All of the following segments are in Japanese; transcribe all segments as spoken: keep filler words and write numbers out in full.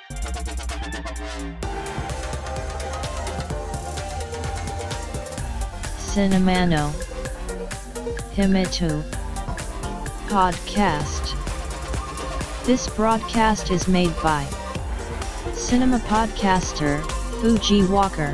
Cinemano Himitu Podcast. This broadcast is made by Cinema Podcaster Fuji Walker.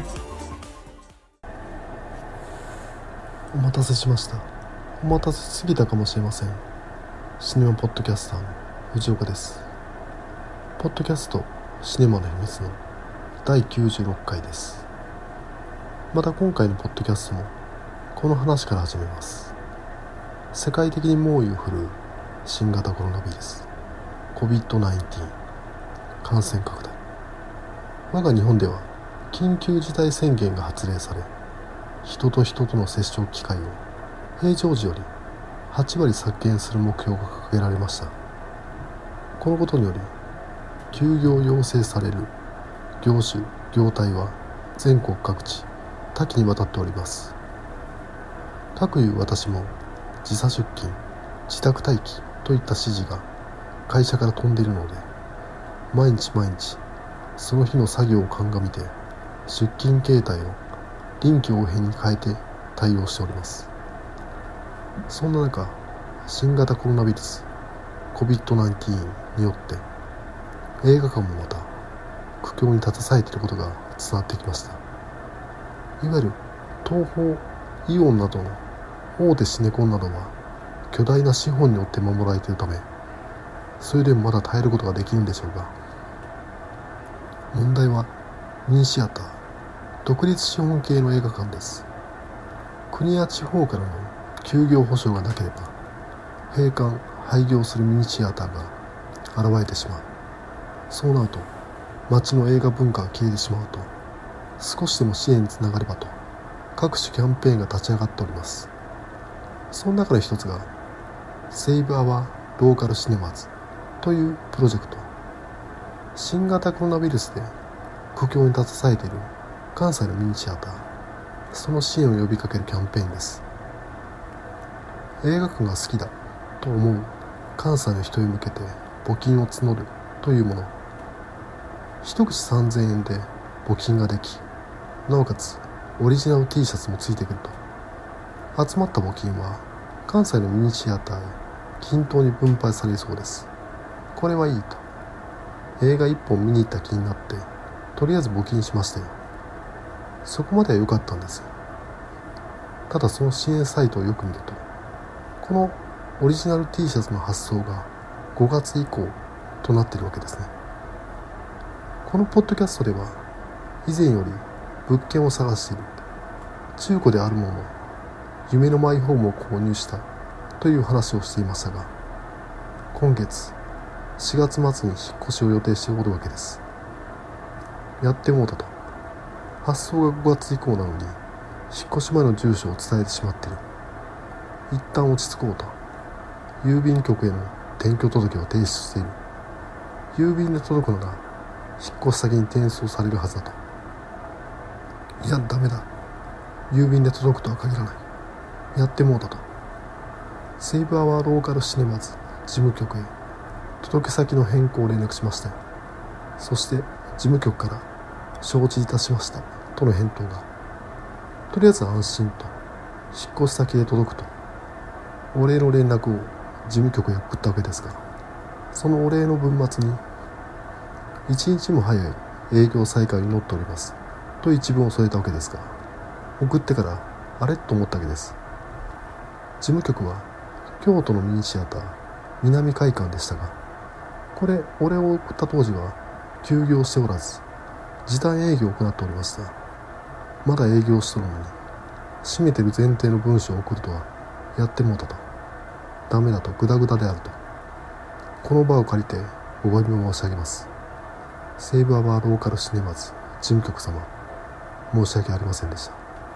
お待たせしました。お待たせすぎたかもしれません。シネマポッドキャスターの藤岡です。ポッドキャストシネマの秘密のだいきゅうじゅうろっかいです。また今回のポッドキャストもこの話から始めます。世界的に猛威を振るう新型コロナウイルス コビッドナインティーン 感染拡大。我が日本では緊急事態宣言が発令され、人と人との接触機会を平常時よりはちわり削減する目標が掲げられました。このことにより休業を要請される業種業態は全国各地多岐にわたっております。かくいう私も時差出勤、自宅待機といった指示が会社から飛んでいるので、毎日毎日その日の作業を鑑みて出勤形態を臨機応変に変えて対応しております。そんな中、新型コロナウイルス コビッドナインティーン によって映画館もまた苦境に立たされていることが伝わってきました。いわゆる東宝、イオンなどの大手シネコンなどは巨大な資本によって守られているため、それでもまだ耐えることができるんでしょうが、問題はミニシアター、独立資本系の映画館です。国や地方からの休業保障がなければ閉館廃業するミニシアターが現れてしまう。そうなると街の映画文化が消えてしまうと、少しでも支援につながればと各種キャンペーンが立ち上がっております。その中の一つがセーブアワーローカルシネマズというプロジェクト。新型コロナウイルスで苦境に立たされている関西のミニシアター、その支援を呼びかけるキャンペーンです。映画館が好きだと思う関西の人に向けて募金を募るというもの。一口さんぜんえんで募金ができ、なおかつオリジナル T シャツもついてくると。集まった募金は関西のミニシアターへ均等に分配されるそうです。これはいいと。映画一本見に行った気になって、とりあえず募金しましたよ。そこまでは良かったんです。ただその支援サイトをよく見ると、このオリジナル T シャツの発送がごがつ以降となっているわけですね。このポッドキャストでは以前より物件を探している、中古であるもの、夢のマイホームを購入したという話をしていましたが、今月しがつ末に引っ越しを予定しておるわけです。やってもうたと。発送がごがつ以降なのに引っ越し前の住所を伝えてしまっている。一旦落ち着こうと郵便局への転居届を提出している。郵便で届くのが引っ越し先に転送されるはずだと。いやダメだ、郵便で届くとは限らない。やってもうたと。セーブアワーローカルシネマズ事務局へ届け先の変更を連絡しましたよ。そして事務局から承知いたしましたとの返答が。とりあえず安心と、引っ越し先で届くとお礼の連絡を事務局へ送ったわけですが、そのお礼の文末に一日も早い営業再開に乗っておりますと一文を添えたわけですが、送ってからあれと思ったわけです。事務局は京都のミニシアター南会館でしたが、これ俺を送った当時は休業しておらず時短営業を行っておりました。まだ営業しとるのに閉めてる前提の文章を送るとはやってもうたと。ダメだと、グダグダであると。この場を借りてお詫びを申し上げます。セーブアワーローカルシネマズ事務局様、申し訳ありませんでした。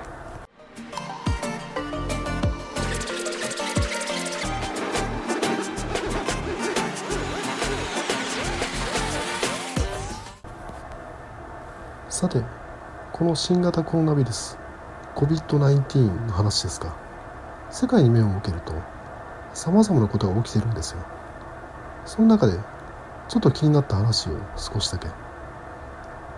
さて、この新型コロナウイルス コビッドナインティーン の話ですが、世界に目を向けると様々なことが起きているんですよ。その中でちょっと気になった話を少しだけ。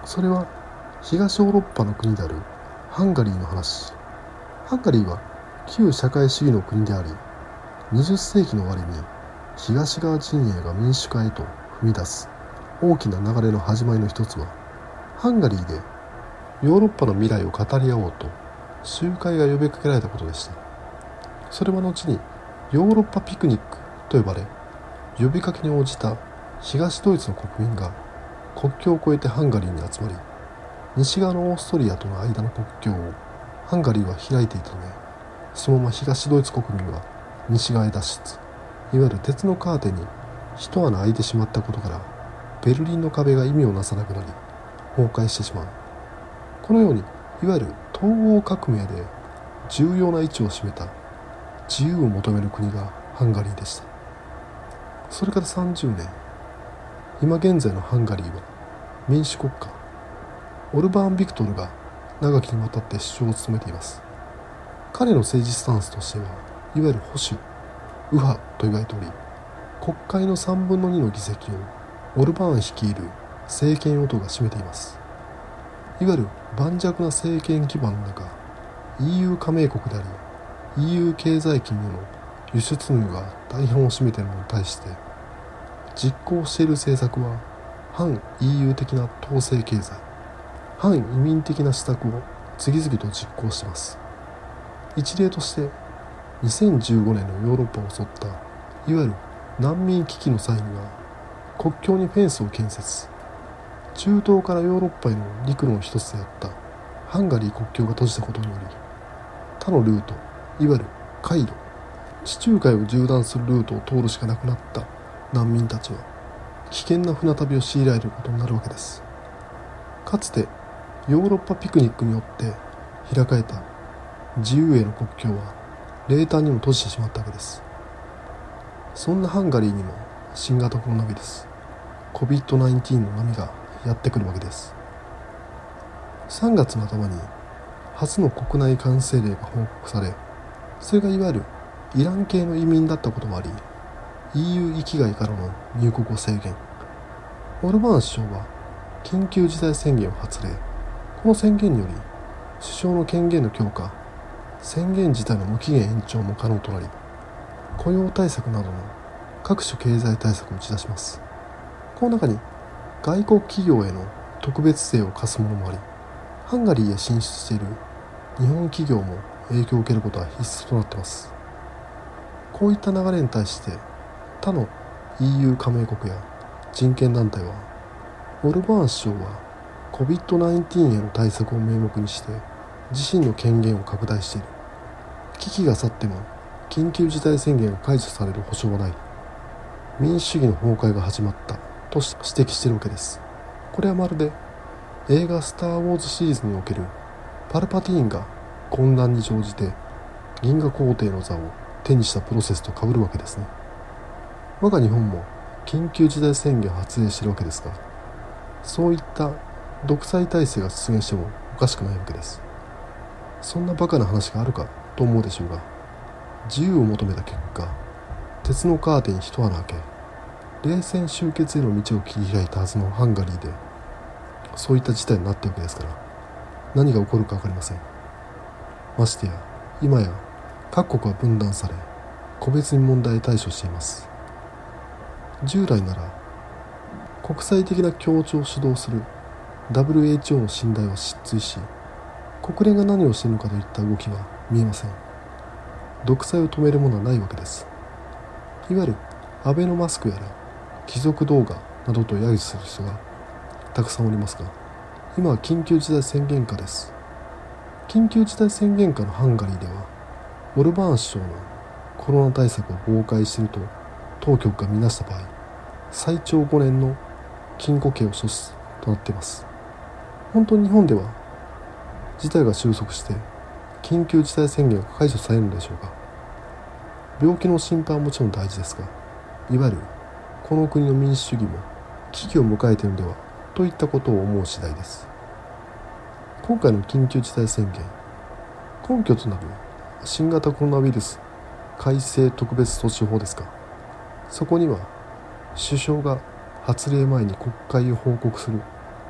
それは東ヨーロッパの国であるハンガリーの話。ハンガリーは旧社会主義の国であり、にじゅっせいきの終わりに東側陣営が民主化へと踏み出す大きな流れの始まりの一つは、ハンガリーでヨーロッパの未来を語り合おうと集会が呼びかけられたことでした。それは後にヨーロッパピクニックと呼ばれ、呼びかけに応じた東ドイツの国民が国境を越えてハンガリーに集まり、西側のオーストリアとの間の国境をハンガリーは開いていたため、そのまま東ドイツ国民は西側へ脱出、いわゆる鉄のカーテンに一穴開いてしまったことから、ベルリンの壁が意味をなさなくなり崩壊してしまう。このようにいわゆる東欧革命で重要な位置を占めた自由を求める国がハンガリーでした。それからさんじゅうねん、今現在のハンガリーは民主国家。オルバーン・ビクトルが長きにわたって首相を務めています。彼の政治スタンスとしては、いわゆる保守、右派と言われており、国会のさんぶんのにの議席をオルバーン率いる政権与党が占めています。いわゆる盤石な政権基盤の中、 イーユー 加盟国であり イーユー 経済圏への輸出入が大半を占めているのに対して、実行している政策は反 イーユー 的な統制経済、反移民的な施策を次々と実行しています。一例としてにせんじゅうごねんのヨーロッパを襲ったいわゆる難民危機の際には、国境にフェンスを建設。中東からヨーロッパへの陸路の一つであったハンガリー国境が閉じたことにより、他のルート、いわゆる海路、地中海を縦断するルートを通るしかなくなった難民たちは危険な船旅を強いられることになるわけです。かつてヨーロッパピクニックによって開かれた自由への国境は冷淡にも閉じてしまったわけです。そんなハンガリーにも新型コロナウイルス コビッドナインティーン の波がやってくるわけです。さんがつの頭に初の国内感染例が報告され、それがいわゆるイラン系の移民だったこともあり、 イーユー 域外からの入国を制限。オルバーン首相は緊急事態宣言を発令。この宣言により首相の権限の強化、宣言自体の無期限延長も可能となり、雇用対策などの各種経済対策を打ち出します。この中に外国企業への特別税を課すものもあり、ハンガリーへ進出している日本企業も影響を受けることは必須となっています。こういった流れに対して他の イーユー 加盟国や人権団体は、オルバーン首相は コビッドナインティーン への対策を名目にして自身の権限を拡大している。危機が去っても緊急事態宣言が解除される保証はない。民主主義の崩壊が始まったと指摘しているわけです。これはまるで映画スター・ウォーズシリーズにおけるパルパティーンが混乱に乗じて銀河皇帝の座を手にしたプロセスと被るわけですね。我が日本も緊急事態宣言を発令しているわけですが、そういった独裁体制が出現してもおかしくないわけです。そんなバカな話があるかと思うでしょうが、自由を求めた結果、鉄のカーテンに一穴開け、冷戦終結への道を切り開いたはずのハンガリーで、そういった事態になっているわけですから、何が起こるか分かりません。ましてや今や各国は分断され、個別に問題に対処しています。従来なら国際的な協調を主導する ダブリューエイチオー の信頼は失墜し、国連が何をしているのかといった動きは見えません。独裁を止めるものはないわけです。いわゆるアベノマスクやら貴族動画などと揶揄する人がたくさんおりますが、今は緊急事態宣言下です。緊急事態宣言下のハンガリーでは、オルバーン首相のコロナ対策を妨害していると当局が見なした場合、最長ごねんの禁錮刑を処すとなっています。本当に日本では事態が収束して緊急事態宣言が解除されるのでしょうか。病気の心配はもちろん大事ですが、いわゆるこの国の民主主義も危機を迎えているのではといったことを思う次第です。今回の緊急事態宣言、根拠となる新型コロナウイルス改正特別措置法ですか。そこには首相が発令前に国会を報告する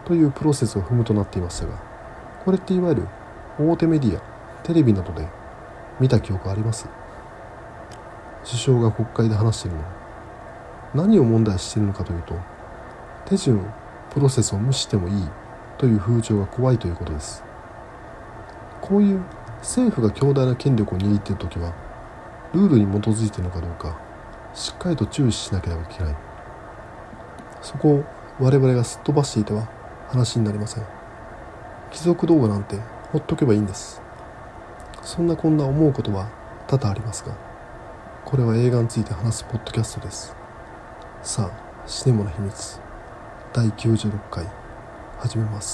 というプロセスを踏むとなっていましたが、これっていわゆる大手メディア、テレビなどで見た記憶あります？首相が国会で話しているのは何を問題視しているのかというと、手順、プロセスを無視してもいいという風潮が怖いということです。こういう政府が強大な権力を握っているときは、ルールに基づいているのかどうかしっかりと注視しなければいけない。そこを我々がすっ飛ばしていては話になりません。貴族動画なんてほっとけばいいんです。そんなこんな思うことは多々ありますが、これは映画について話すポッドキャストです。さあ、シネマの秘密だいきゅうじゅうろっかい始めます。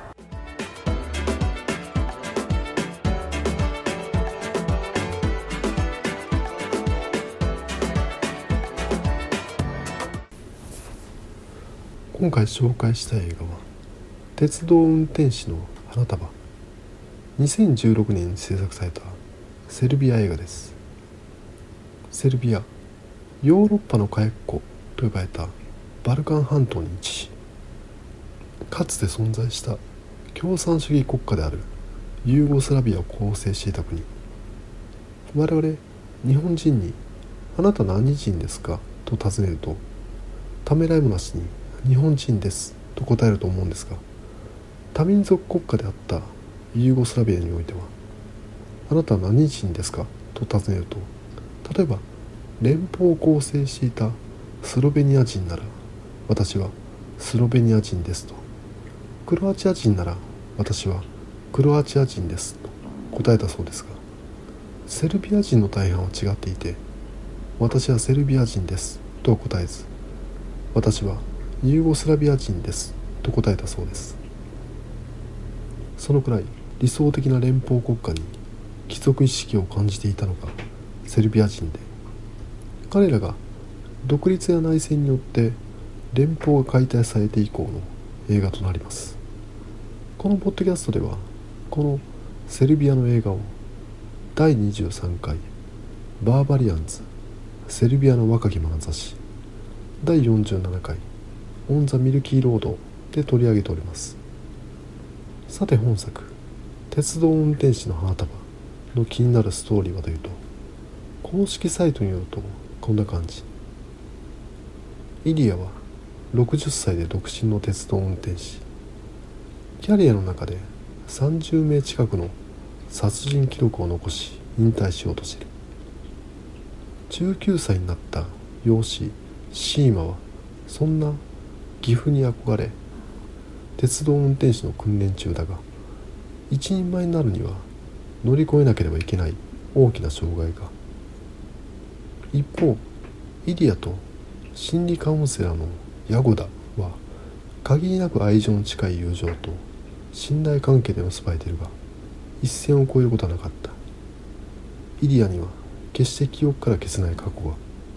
今回紹介した映画は鉄道運転士の花束。にせんじゅうろくねんに制作されたセルビア映画です。セルビア、ヨーロッパの火薬庫と呼ばれたバルカン半島に位置し、かつて存在した共産主義国家であるユーゴスラビアを構成していた国。我々日本人にあなた何人ですかと尋ねると、ためらいもなしに日本人ですと答えると思うんですが、多民族国家であったユーゴスラビアにおいては、あなたは何人ですかと尋ねると、例えば連邦を構成していたスロベニア人なら私はスロベニア人ですと、クロアチア人なら私はクロアチア人ですと答えたそうですが、セルビア人の大半は違っていて、私はセルビア人ですとは答えず、私はユーゴスラビア人ですと答えたそうです。そのくらい理想的な連邦国家に貴族意識を感じていたのがセルビア人で、彼らが独立や内戦によって連邦が解体されて以降の映画となります。このポッドキャストではこのセルビアの映画をだいにじゅうさんかいバーバリアンズセルビアの若き眼差し、だいよんじゅうななかいオン・ザ・ミルキー・ロードで取り上げております。さて本作鉄道運転士の花束の気になるストーリーはというと、公式サイトによるとこんな感じ。イリアはろくじゅっさいで独身の鉄道運転士。キャリアの中でさんじゅうめい近くの殺人記録を残し引退しようとしている。じゅうきゅうさいになった養子シーマはそんな岐阜に憧れ、鉄道運転士の訓練中だが、一人前になるには乗り越えなければいけない大きな障害が。一方イリアと心理カウンセラーのヤゴダは限りなく愛情の近い友情と信頼関係で結ばれているが、一線を越えることはなかった。イリアには決して記憶から消せない過去が。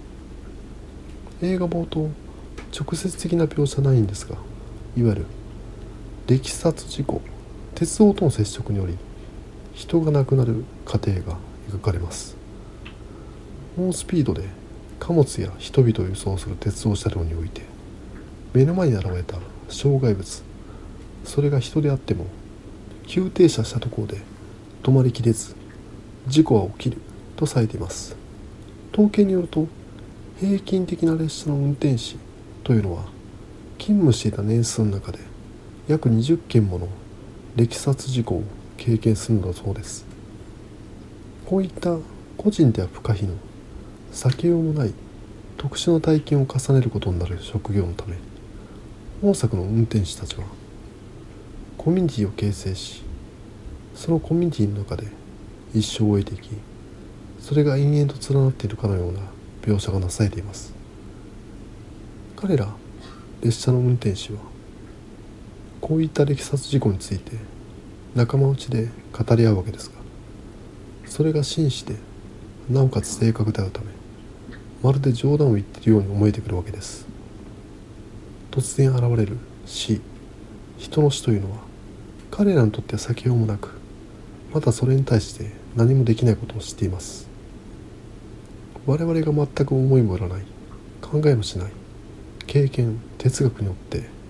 映画冒頭直接的な描写はないんですが、いわゆる歴殺事故、鉄道との接触により人が亡くなる過程が描かれます。猛スピードで貨物や人々を輸送する鉄道車両において、目の前に現れた障害物、それが人であっても急停車したところで止まりきれず事故は起きるとされています。統計によると、平均的な列車の運転士というのは勤務していた年数の中で約にじゅっけんもの歴殺事故を経験するのだそうです。こういった個人では不可避の避けようもない特殊な体験を重ねることになる職業のため、本作の運転士たちはコミュニティを形成し、そのコミュニティの中で一生を終えていき、それが延々と連なっているかのような描写がなされています。彼ら列車の運転士はこういった歴殺事故について仲間内で語り合うわけですが、それが真摯でなおかつ正確であるため、まるで冗談を言っているように思えてくるわけです。突然現れる死、人の死というのは彼らにとっては避けようもなく、またそれに対して何もできないことを知っています。我々が全く思いもよらない、考えもしない経験、哲学によって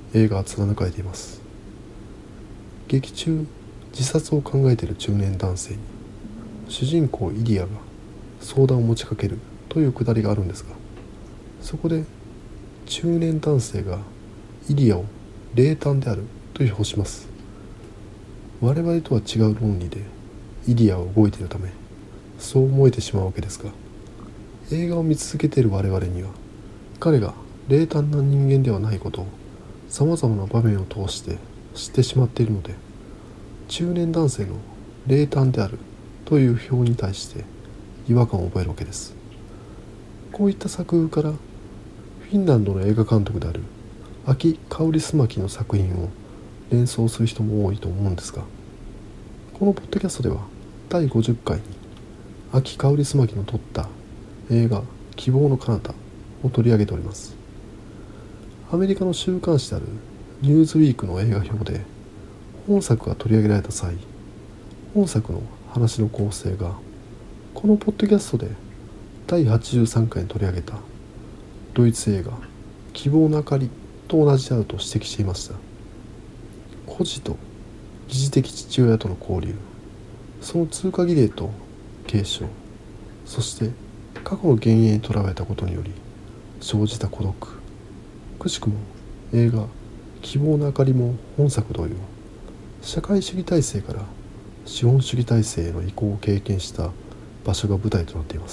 映画は貫かれています。劇中、自殺を考えている中年男性に主人公イリアが相談を持ちかけるというくだりがあるんですが、そこで中年男性がイリアを冷淡であると批判します。我々とは違う論理でイリアは動いているためそう思えてしまうわけですが、映画を見続けている我々には彼が冷淡な人間ではないことをさまざまな場面を通して知ってしまっているので、中年男性の冷淡であるという表に対して違和感を覚えるわけです。こういった作風からフィンランドの映画監督であるアキ・カウリスマキの作品を連想する人も多いと思うんですが、このポッドキャストではだいごじゅっかいにアキ・カウリスマキの撮った映画希望の彼方を取り上げております。アメリカの週刊誌であるニューズウィークの映画表で本作が取り上げられた際、本作の話の構成がこのポッドキャストでだいはちじゅうさんかいに取り上げたドイツ映画希望の明かりと同じであると指摘していました。孤児と疑似的父親との交流、その通過儀礼と継承、そして過去の幻影にとらわれたことにより生じた孤独、くしくも映画希望の明かりも本作同様、社会主義体制から資本主義体制への移行を経験した場所が舞台となっています。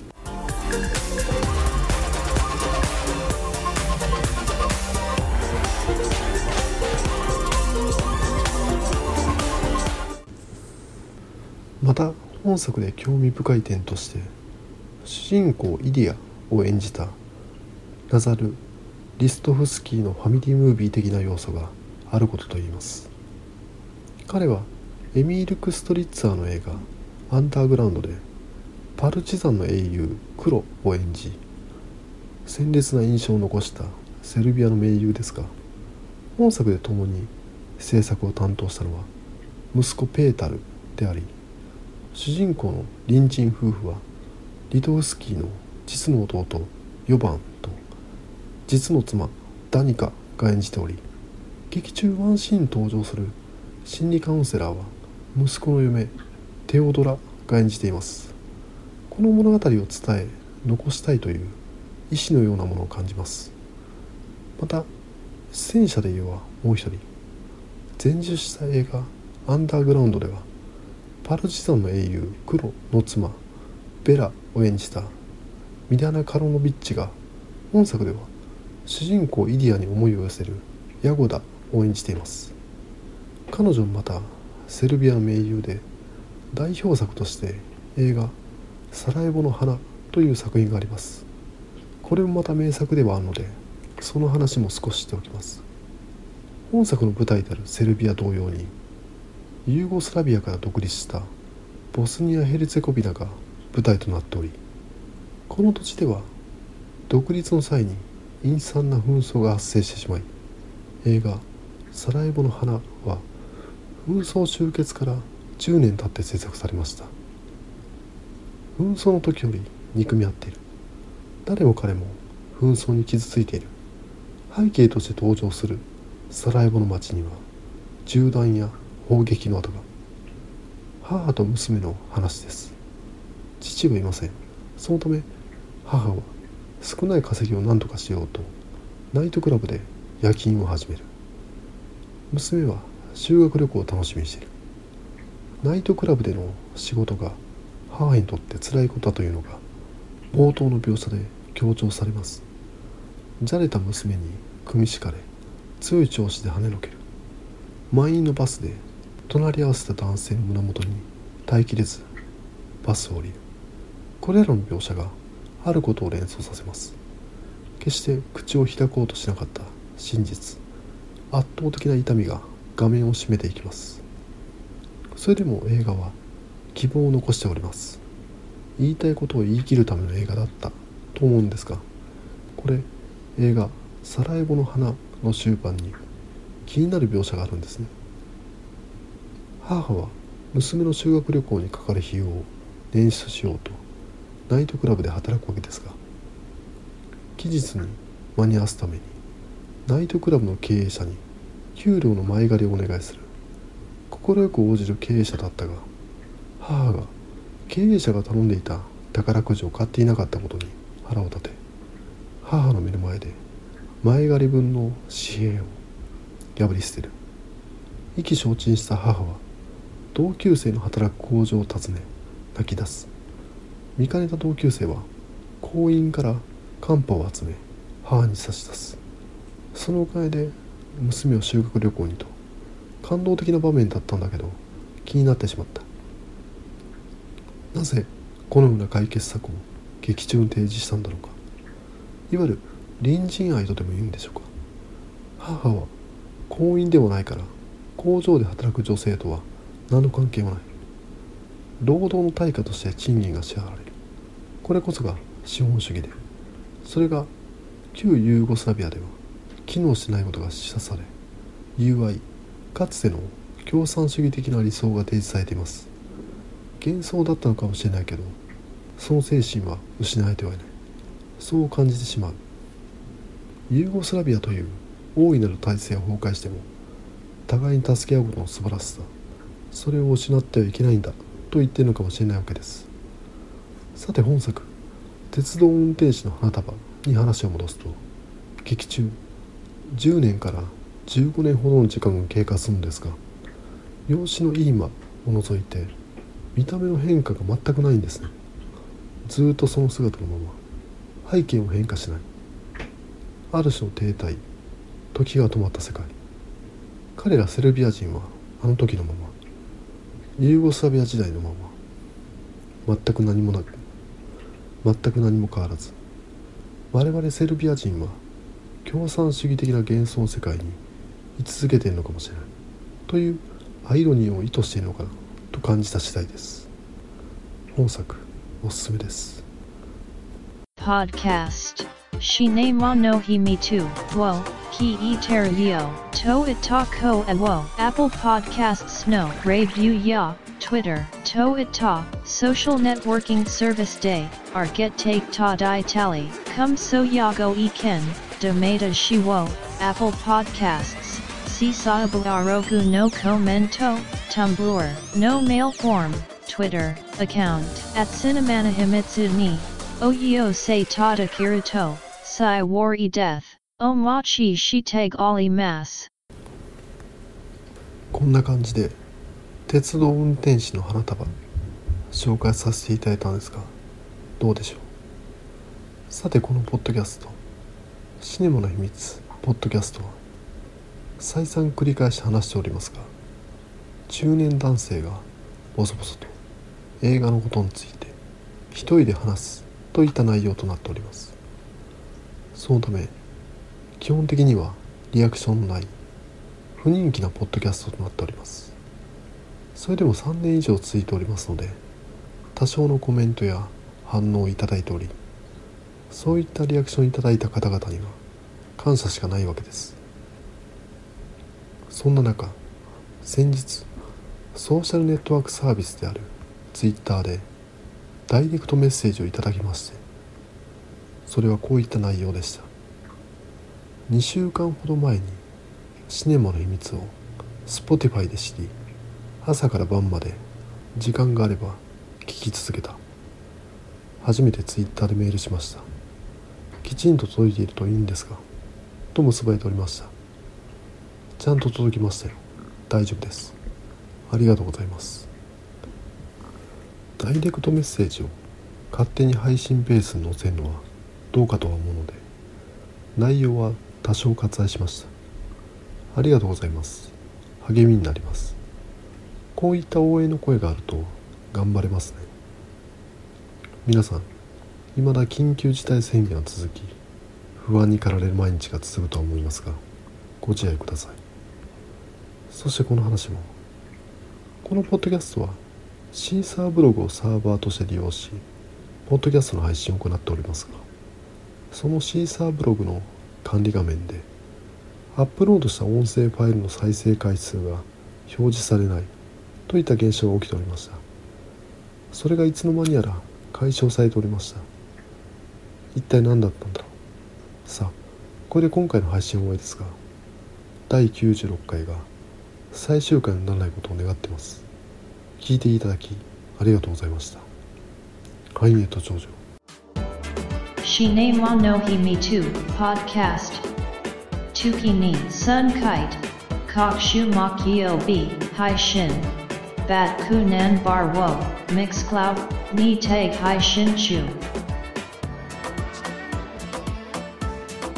また本作で興味深い点として、主人公イリアを演じたナザル・リストフスキーのファミリームービー的な要素があることといいます。彼はエミール・クストリッツァーの映画アンダーグラウンドでパルチザンの英雄クロを演じ、鮮烈な印象を残したセルビアの盟友ですが、本作で共に制作を担当したのは息子ペータルであり、主人公の隣人夫婦はリトフスキーの実の弟ヨバンと実の妻ダニカが演じており、劇中ワンシーン登場する心理カウンセラーは息子の嫁テオドラが演じています。この物語を伝え残したいという意志のようなものを感じます。また出演者で言えばもう一人、前述した映画アンダーグラウンドではパルチザンの英雄クロの妻ベラを演じたミリャナ・カロノビッチが本作では主人公イディアに思いを寄せるヤゴダを演じています。彼女もまたセルビアの盟友で、代表作として映画サラエボの花という作品があります。これもまた名作ではあるので、その話も少ししておきます。本作の舞台であるセルビア同様にユーゴスラビアから独立したボスニア・ヘルツェゴビナが舞台となっており、この土地では独立の際に陰惨な紛争が発生してしまい、映画サラエボの花は紛争終結からじゅうねん経って制作されました。紛争の時より憎み合っている、誰も彼も紛争に傷ついている、背景として登場するサラエボの町には銃弾や砲撃の跡が。母と娘の話です。父はいません。そのため母は少ない稼ぎを何とかしようとナイトクラブで夜勤を始める。娘は修学旅行を楽しみにしている。ナイトクラブでの仕事が母にとって辛いことだというのが冒頭の描写で強調されます。じゃれた娘に組み敷かれ、強い調子で跳ねのける。満員のバスで隣り合わせた男性の胸元に耐えきれずバスを降りる。これらの描写があることを連想させます。決して口を開こうとしなかった真実、圧倒的な痛みが画面を占めていきます。それでも映画は希望を残しております。言いたいことを言い切るための映画だったと思うんですが、これ映画サラエボの花の終盤に気になる描写があるんですね。母は娘の修学旅行にかかる費用を捻出しようとナイトクラブで働くわけですが、期日に間に合わすためにナイトクラブの経営者に給料の前借りをお願いする。快く応じる経営者だったが、母が経営者が頼んでいた宝くじを買っていなかったことに腹を立て、母の目の前で前借り分の紙幣を破り捨てる。意気消沈した母は同級生の働く工場を訪ね泣き出す。見かねた同級生は行員からカンパを集め母に差し出す。そのおかげで娘を修学旅行にと。感動的な場面だったんだけど気になってしまった。なぜこのような解決策を劇中に提示したんだろうか。いわゆる隣人愛とでも言うんでしょうか。母は行員ではないから工場で働く女性とは何の関係もない。労働の対価として賃金が支払われる。これこそが資本主義で、それが旧ユーゴスラビアでは機能しないことが示唆され、友愛かつての共産主義的な理想が提示されています。幻想だったのかもしれないけど、その精神は失われてはいない。そう感じてしまう。ユーゴスラビアという大いなる体制は崩壊しても、互いに助け合うことの素晴らしさ、それを失ってはいけないんだと言っているのかもしれないわけです。さて本作鉄道運転士の花束に話を戻すと、劇中じゅうねんからじゅうごねんほどの時間が経過するんですが、容姿のいい間を除いて見た目の変化が全くないんですね。ずっとその姿のまま、背景も変化しない。ある種の停滞、時が止まった世界。彼らセルビア人はあの時のまま、ユーゴスラビア時代のまま、全く何もなく、全く何も変わらず、我々セルビア人は共産主義的な幻想世界に居続けているのかもしれないというアイロニーを意図しているのかなと感じた次第です。本作おすすめです。 Podcast Shine mo no himi tu wo ki iter yo to itako e wo Apple Podcasts no review ya Twitter to ita social networking service day ar get take ta di tally come so yago e ken domata shiwo Apple Podcasts si saabu arogu no commento Tumblr no mail form Twitter account at Cinemana Himitsu ni Oyo se tada kiruto Sai wari death O machi shiteg ali mas。 こんな感じで鉄道運転士の花束紹介させていただいたんですが、どうでしょう。さてこのポッドキャストシネマの秘密ポッドキャストは再三繰り返し話しておりますが、中年男性がボソボソと映画のことについて一人で話すといった内容となっております。そのため基本的にはリアクションのない不人気なポッドキャストとなっております。それでもさんねん以上続いておりますので、多少のコメントや反応をいただいており、そういったリアクションいただいた方々には感謝しかないわけです。そんな中、先日ソーシャルネットワークサービスであるツイッターでダイレクトメッセージをいただきまして、それはこういった内容でした。にしゅうかんほど前にシネマの秘密を Spotify で知り、朝から晩まで時間があれば聞き続けた。初めてツイッターでメールしました。きちんと届いているといいんですが、と結ばれておりました。ちゃんと届きましたよ。大丈夫です。ありがとうございます。ダイレクトメッセージを勝手に配信ペースに載せるのはどうかとは思うので、内容は多少割愛しました。ありがとうございます。励みになります。こういった応援の声があると頑張れますね。皆さん、未だ緊急事態宣言が続き、不安に駆られる毎日が続くとは思いますが、ご自愛ください。そしてこの話も、このポッドキャストはシーサーブログをサーバーとして利用し、ポッドキャストの配信を行っておりますが、そのシーサーブログの管理画面でアップロードした音声ファイルの再生回数が表示されないといった現象が起きておりました。それがいつの間にやら解消されておりました。一体何だったんだろう。さあ、 これで今回の配信は終わりですが、だいきゅうじゅうろっかいが最終回にならないことを願っています。聞いていただきありがとうございました。ハイメイと長女 Shine mo no himi two podcast Tuki ni sun kite Kokshu makio b hai shin Bat kunan bar wo Mixcloud ni tag hai shin chu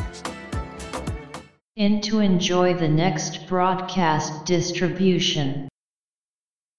In to enjoy the next broadcast distribution.